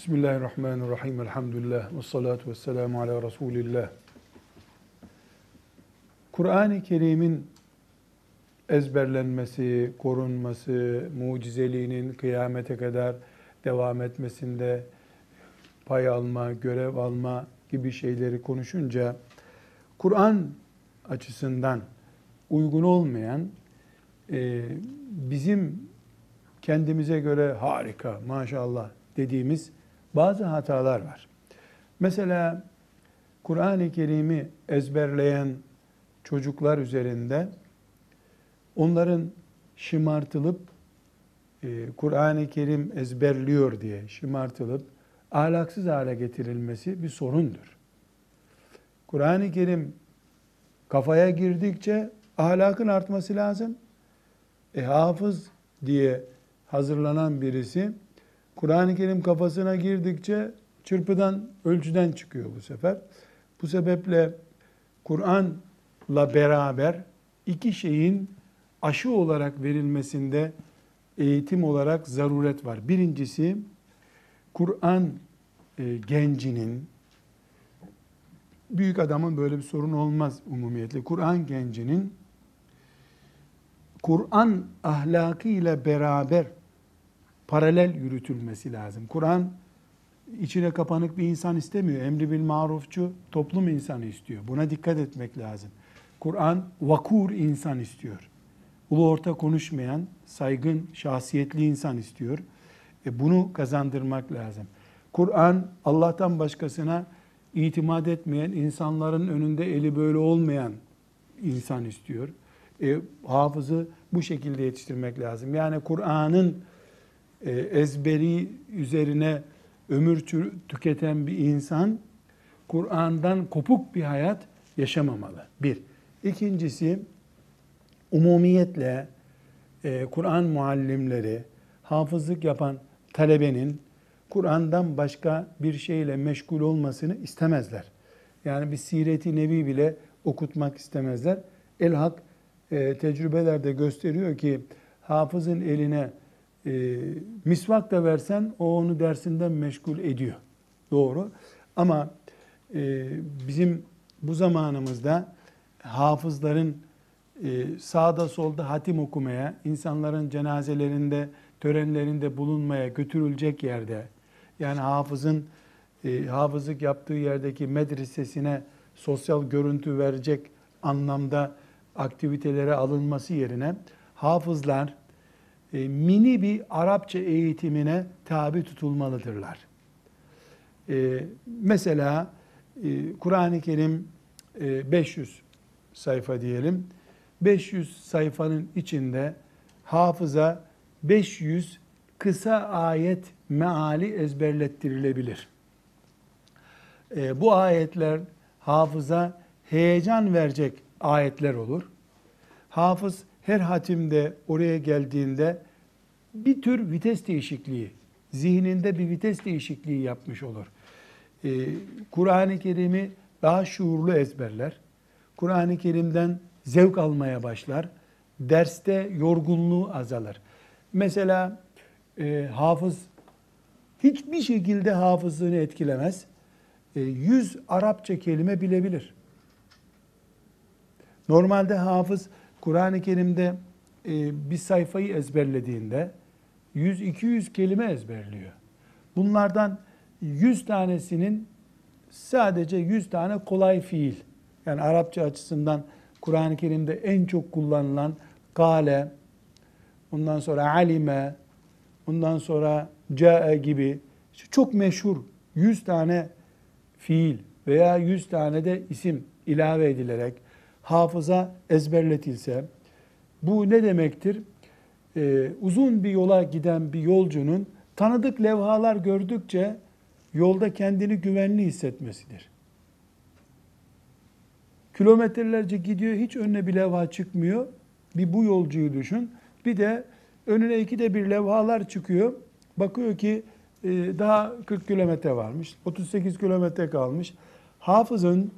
Bismillahirrahmanirrahim. Elhamdülillah. Ve salatu ve selamu ala Resulillah. Kur'an-ı Kerim'in ezberlenmesi, korunması, mucizeliğinin kıyamete kadar devam etmesinde pay alma, görev alma gibi şeyleri konuşunca, Kur'an açısından uygun olmayan, bizim kendimize göre harika, maşallah dediğimiz bazı hatalar var. Mesela Kur'an-ı Kerim'i ezberleyen çocuklar üzerinde onların şımartılıp Kur'an-ı Kerim ezberliyor diye şımartılıp ahlaksız hale getirilmesi bir sorundur. Kur'an-ı Kerim kafaya girdikçe ahlakın artması lazım. Hafız diye hazırlanan birisi Kur'an-ı Kerim kafasına girdikçe çırpıdan, ölçüden çıkıyor bu sefer. Bu sebeple Kur'an'la beraber iki şeyin aşı olarak verilmesinde eğitim olarak zaruret var. Birincisi, Kur'an gencinin, büyük adamın böyle bir sorun olmaz umumiyetle. Kur'an gencinin Kur'an ahlakı ile beraber paralel yürütülmesi lazım. Kur'an içine kapanık bir insan istemiyor. Emri bil marufçu toplum insanı istiyor. Buna dikkat etmek lazım. Kur'an vakur insan istiyor. Ulu orta konuşmayan, saygın, şahsiyetli insan istiyor. Bunu kazandırmak lazım. Kur'an Allah'tan başkasına itimat etmeyen, insanların önünde eli böyle olmayan insan istiyor. Hafızı bu şekilde yetiştirmek lazım. Yani Kur'an'ın ezberi üzerine ömür tüketen bir insan Kur'an'dan kopuk bir hayat yaşamamalı. Bir. İkincisi, umumiyetle Kur'an muallimleri, hafızlık yapan talebenin Kur'an'dan başka bir şeyle meşgul olmasını istemezler. Yani bir siret-i nebi bile okutmak istemezler. Elhak tecrübeler de gösteriyor ki hafızın eline misvak da versen o onu dersinden meşgul ediyor. Doğru. Ama bizim bu zamanımızda hafızların sağda solda hatim okumaya, insanların cenazelerinde, törenlerinde bulunmaya götürülecek yerde, yani hafızın hafızlık yaptığı yerdeki medresesine sosyal görüntü verecek anlamda aktivitelere alınması yerine hafızlar mini bir Arapça eğitimine tabi tutulmalıdırlar. Mesela Kur'an-ı Kerim 500 sayfa diyelim. 500 sayfanın içinde hafıza 500 kısa ayet meali ezberlettirilebilir. Bu ayetler hafıza heyecan verecek ayetler olur. Hafız her hatimde oraya geldiğinde bir tür vites değişikliği, zihninde bir vites değişikliği yapmış olur. Kur'an-ı Kerim'i daha şuurlu ezberler. Kur'an-ı Kerim'den zevk almaya başlar. Derste yorgunluğu azalır. Mesela hafız hiçbir şekilde hafızlığını etkilemez. 100 Arapça kelime bilebilir. Normalde hafız Kur'an-ı Kerim'de bir sayfayı ezberlediğinde 100-200 kelime ezberliyor. Bunlardan 100 tanesinin sadece 100 tane kolay fiil. Yani Arapça açısından Kur'an-ı Kerim'de en çok kullanılan kâle, ondan sonra alime, ondan sonra câe gibi çok meşhur 100 tane fiil veya 100 tane de isim ilave edilerek hafıza ezberletilse, bu ne demektir? Uzun bir yola giden bir yolcunun tanıdık levhalar gördükçe yolda kendini güvenli hissetmesidir. Kilometrelerce gidiyor, hiç önüne bir levha çıkmıyor. Bir bu yolcuyu düşün. Bir de önüne ikide bir levhalar çıkıyor. Bakıyor ki daha 40 kilometre varmış, 38 kilometre kalmış. Hafızın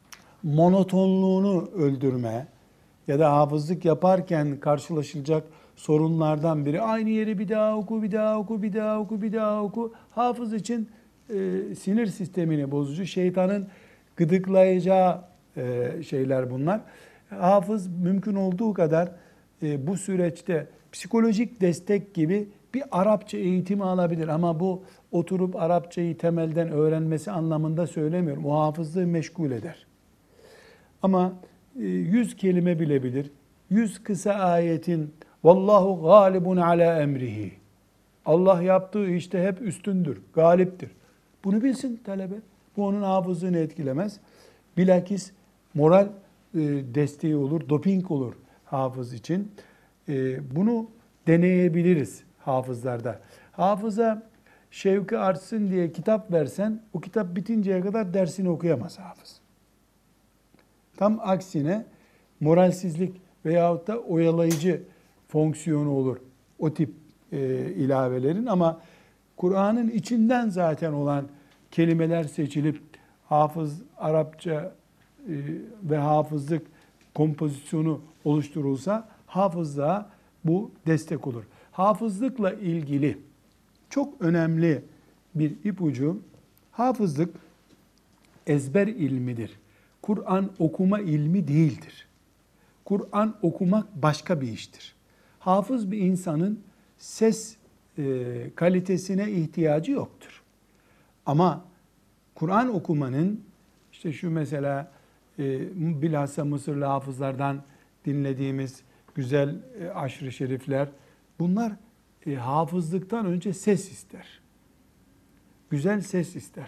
monotonluğunu öldürme ya da hafızlık yaparken karşılaşılacak sorunlardan biri. Aynı yeri bir daha oku, bir daha oku, bir daha oku, bir daha oku. Hafız için sinir sistemini bozucu, şeytanın gıdıklayacağı şeyler bunlar. Hafız mümkün olduğu kadar bu süreçte psikolojik destek gibi bir Arapça eğitimi alabilir. Ama bu oturup Arapçayı temelden öğrenmesi anlamında söylemiyorum. O hafızlığı meşgul eder. Ama 100 kelime bilebilir. 100 kısa ayetin vallahu galibun ala emrihi. Allah yaptığı işte hep üstündür, galiptir. Bunu bilsin talebe. Bu onun hafızlığını etkilemez. Bilakis moral desteği olur, doping olur hafız için. Bunu deneyebiliriz hafızlarda. Hafıza şevki artsın diye kitap versen, o kitap bitinceye kadar dersini okuyamaz hafız. Tam aksine moralsizlik veyahut da oyalayıcı fonksiyonu olur o tip ilavelerin. Ama Kur'an'ın içinden zaten olan kelimeler seçilip hafız Arapça ve hafızlık kompozisyonu oluşturulsa hafızlığa bu destek olur. Hafızlıkla ilgili çok önemli bir ipucu, hafızlık ezber ilmidir. Kur'an okuma ilmi değildir. Kur'an okumak başka bir iştir. Hafız bir insanın ses kalitesine ihtiyacı yoktur. Ama Kur'an okumanın işte şu mesela bilhassa Mısırlı hafızlardan dinlediğimiz güzel aşr-ı şerifler, bunlar hafızlıktan önce ses ister. Güzel ses ister.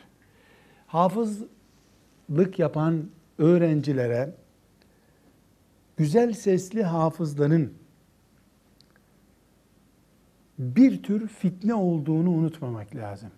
Hafızlık yapan öğrencilere güzel sesli hafızların bir tür fitne olduğunu unutmamak lazım.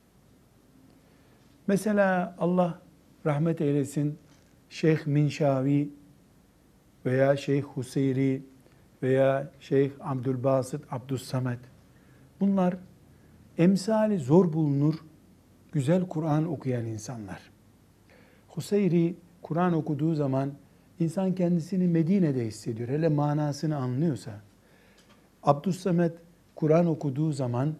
Mesela Allah rahmet eylesin, Şeyh Minşavi veya Şeyh Huseyri veya Şeyh Abdülbasit, Abdüssamet, bunlar emsali zor bulunur, güzel Kur'an okuyan insanlar. Huseyri Kur'an okuduğu zaman insan kendisini Medine'de hissediyor. Hele manasını anlıyorsa. Abdüssamet Kur'an okuduğu zaman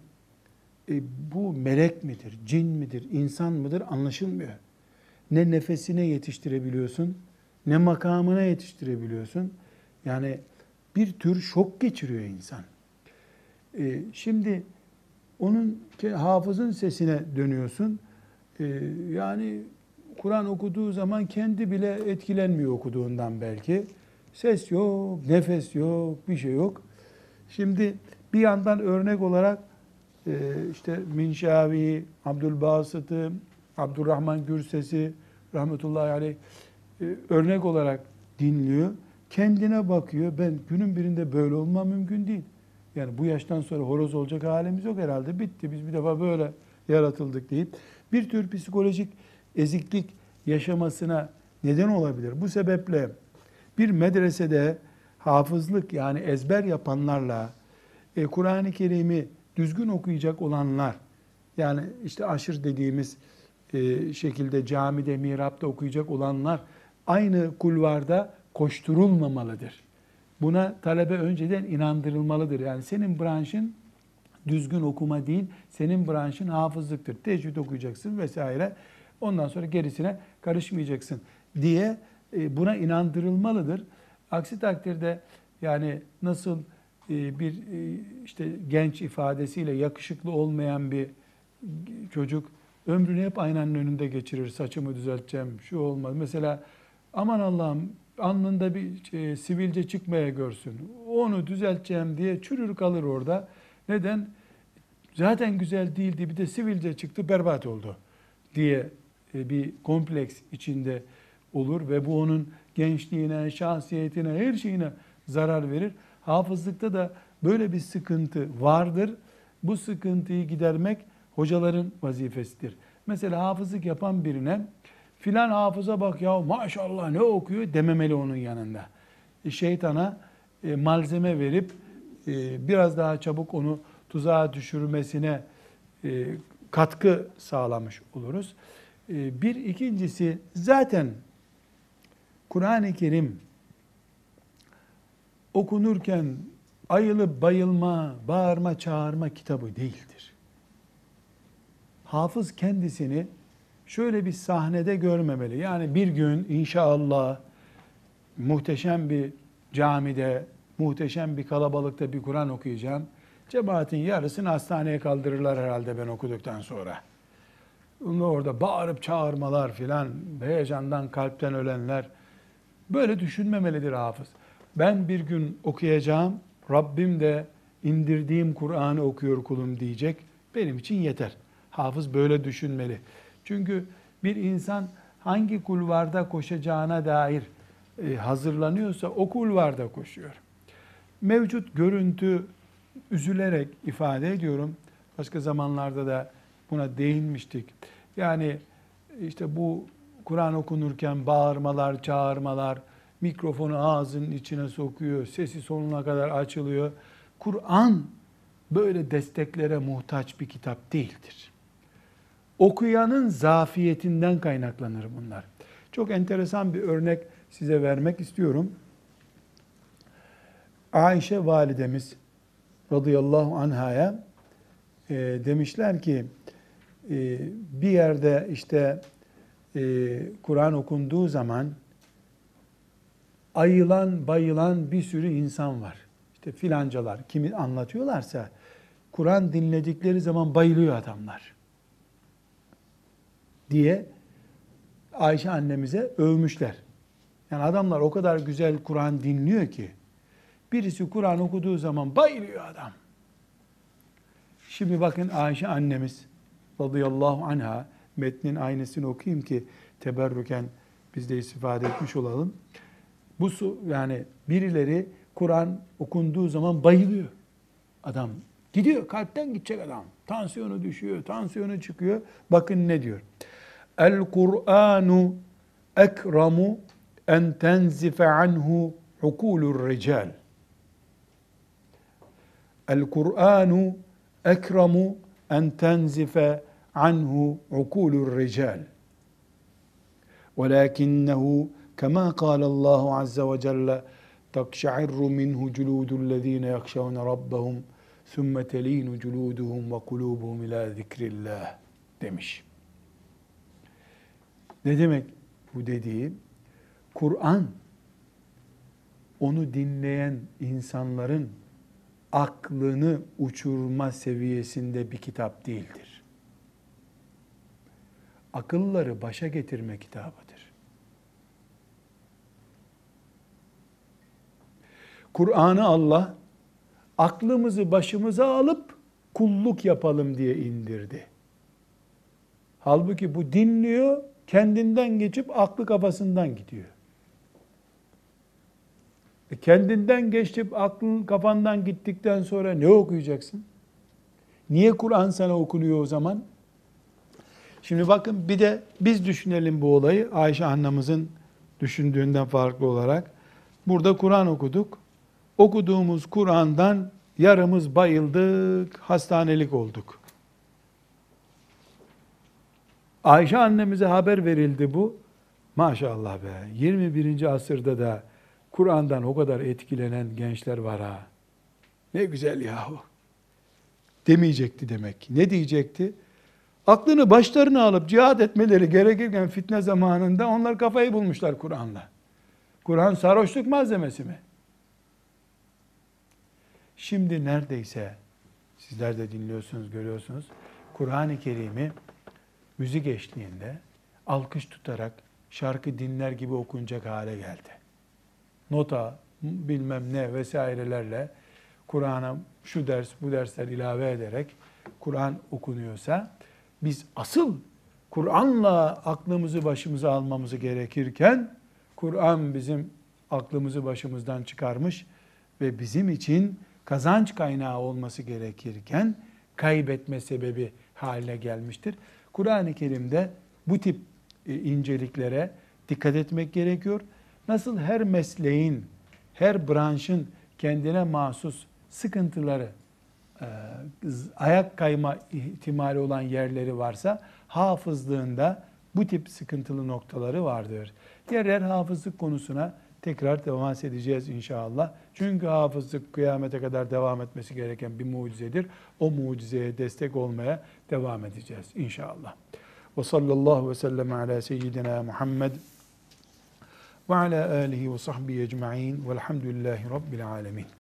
bu melek midir, cin midir, insan mıdır anlaşılmıyor. Ne nefesine yetiştirebiliyorsun, ne makamına yetiştirebiliyorsun. Yani bir tür şok geçiriyor insan. Şimdi onun hafızın sesine dönüyorsun. Yani Kur'an okuduğu zaman kendi bile etkilenmiyor okuduğundan belki. Ses yok, nefes yok, bir şey yok. Şimdi bir yandan örnek olarak işte Minşavi, Abdülbasit'i, Abdurrahman Gürses'i rahmetullahi aleyh örnek olarak dinliyor. Kendine bakıyor. Ben günün birinde böyle olmam mümkün değil. Yani bu yaştan sonra horoz olacak halimiz yok herhalde. Bitti. Biz bir defa böyle yaratıldık deyip bir tür psikolojik eziklik yaşamasına neden olabilir. Bu sebeple bir medresede hafızlık yani ezber yapanlarla Kur'an-ı Kerim'i düzgün okuyacak olanlar, yani işte aşır dediğimiz şekilde camide, mihrapta okuyacak olanlar aynı kulvarda koşturulmamalıdır. Buna talebe önceden inandırılmalıdır. Yani senin branşın düzgün okuma değil, senin branşın hafızlıktır. Tecvid okuyacaksın vesaire. Ondan sonra gerisine karışmayacaksın diye buna inandırılmalıdır. Aksi takdirde yani nasıl bir işte genç ifadesiyle yakışıklı olmayan bir çocuk ömrünü hep aynanın önünde geçirir. Saçımı düzelteceğim, şu olmaz. Mesela aman Allah'ım alnında bir sivilce çıkmaya görsün. Onu düzelteceğim diye çürür kalır orada. Neden? Zaten güzel değildi, bir de sivilce çıktı, berbat oldu diye bir kompleks içinde olur ve bu onun gençliğine, şahsiyetine, her şeyine zarar verir. Hafızlıkta da böyle bir sıkıntı vardır. Bu sıkıntıyı gidermek hocaların vazifesidir. Mesela hafızlık yapan birine filan hafıza bak ya maşallah ne okuyor dememeli onun yanında. Şeytana malzeme verip biraz daha çabuk onu tuzağa düşürmesine katkı sağlamış oluruz. Bir ikincisi zaten Kur'an-ı Kerim okunurken ayılıp bayılma, bağırma, çağırma kitabı değildir. Hafız kendisini şöyle bir sahnede görmemeli. Yani bir gün inşallah muhteşem bir camide, muhteşem bir kalabalıkta bir Kur'an okuyacağım. Cemaatin yarısını hastaneye kaldırırlar herhalde ben okuduktan sonra. Orada bağırıp çağırmalar filan, heyecandan kalpten ölenler. Böyle düşünmemelidir hafız. Ben bir gün okuyacağım, Rabbim de indirdiğim Kur'an'ı okuyor kulum diyecek. Benim için yeter. Hafız böyle düşünmeli. Çünkü bir insan hangi kulvarda koşacağına dair hazırlanıyorsa o kulvarda koşuyor. Mevcut görüntü üzülerek ifade ediyorum. Başka zamanlarda da buna değinmiştik. Yani işte bu Kur'an okunurken bağırmalar, çağırmalar, mikrofonu ağzının içine sokuyor, sesi sonuna kadar açılıyor. Kur'an böyle desteklere muhtaç bir kitap değildir. Okuyanın zafiyetinden kaynaklanır bunlar. Çok enteresan bir örnek size vermek istiyorum. Ayşe validemiz radıyallahu anhaya demişler ki bir yerde işte Kur'an okunduğu zaman ayılan bayılan bir sürü insan var. İşte filancalar kimi anlatıyorlarsa Kur'an dinledikleri zaman bayılıyor adamlar diye Ayşe annemize övmüşler. Yani adamlar o kadar güzel Kur'an dinliyor ki birisi Kur'an okuduğu zaman bayılıyor adam. Şimdi bakın Ayşe annemiz radıyallahu anha, metnin aynısını okuyayım ki teberrüken biz de istifade etmiş olalım. Yani birileri Kur'an okunduğu zaman bayılıyor. Adam gidiyor, kalpten gidecek adam. Tansiyonu düşüyor, tansiyonu çıkıyor. Bakın ne diyor? El-Kur'anu ekramu en tenzife anhu ukulur rical. El-Kur'anu ekramu en tenzife anhu ukulur rical. وَلَكِنَّهُ كَمَا قَالَ اللّٰهُ عَزَّ وَجَلَّ تَقْشَعِرُّ مِنْهُ جُلُودُ الَّذ۪ينَ يَخْشَوْنَ رَبَّهُمْ ثُمَّ تَل۪ينُ جُلُودُهُمْ وَقُلُوبُهُمْ اِلَى ذِكْرِ اللّٰهِ demiş. Ne demek bu dediği? Kur'an, onu dinleyen insanların aklını uçurma seviyesinde bir kitap değildir. Akılları başa getirme kitabıdır. Kur'an'ı Allah aklımızı başımıza alıp kulluk yapalım diye indirdi. Halbuki bu dinliyor, kendinden geçip aklı kafasından gidiyor. Kendinden geçip aklın kafandan gittikten sonra ne okuyacaksın? Niye Kur'an sana okunuyor o zaman? Şimdi bakın bir de biz düşünelim bu olayı Ayşe annemizin düşündüğünden farklı olarak. Burada Kur'an okuduk. Okuduğumuz Kur'an'dan yarımız bayıldık, hastanelik olduk. Ayşe annemize haber verildi bu. Maşallah be, 21. asırda da Kur'an'dan o kadar etkilenen gençler var ha. Ne güzel yahu. Demeyecekti demek ki. Ne diyecekti? Aklını başlarına alıp cihad etmeleri gerekirken fitne zamanında onlar kafayı bulmuşlar Kur'an'la. Kur'an sarhoşluk malzemesi mi? Şimdi neredeyse sizler de dinliyorsunuz, görüyorsunuz. Kur'an-ı Kerim'i müzik eşliğinde alkış tutarak şarkı dinler gibi okunacak hale geldi. Nota, bilmem ne vesairelerle Kur'an'a şu ders, bu dersler ilave ederek Kur'an okunuyorsa biz asıl Kur'an'la aklımızı başımıza almamızı gerekirken Kur'an bizim aklımızı başımızdan çıkarmış ve bizim için kazanç kaynağı olması gerekirken kaybetme sebebi haline gelmiştir. Kur'an-ı Kerim'de bu tip inceliklere dikkat etmek gerekiyor. Nasıl her mesleğin, her branşın kendine mahsus sıkıntıları, ayak kayma ihtimali olan yerleri varsa hafızlığında bu tip sıkıntılı noktaları vardır. Yer yer hafızlık konusuna tekrar temas edeceğiz inşallah. Çünkü hafızlık kıyamete kadar devam etmesi gereken bir mucizedir. O mucizeye destek olmaya devam edeceğiz inşallah. Ve sallallahu ve sellem ala seyyidina Muhammed ve ala alihi ve sahbihi ecma'in velhamdülillahi rabbil alemin.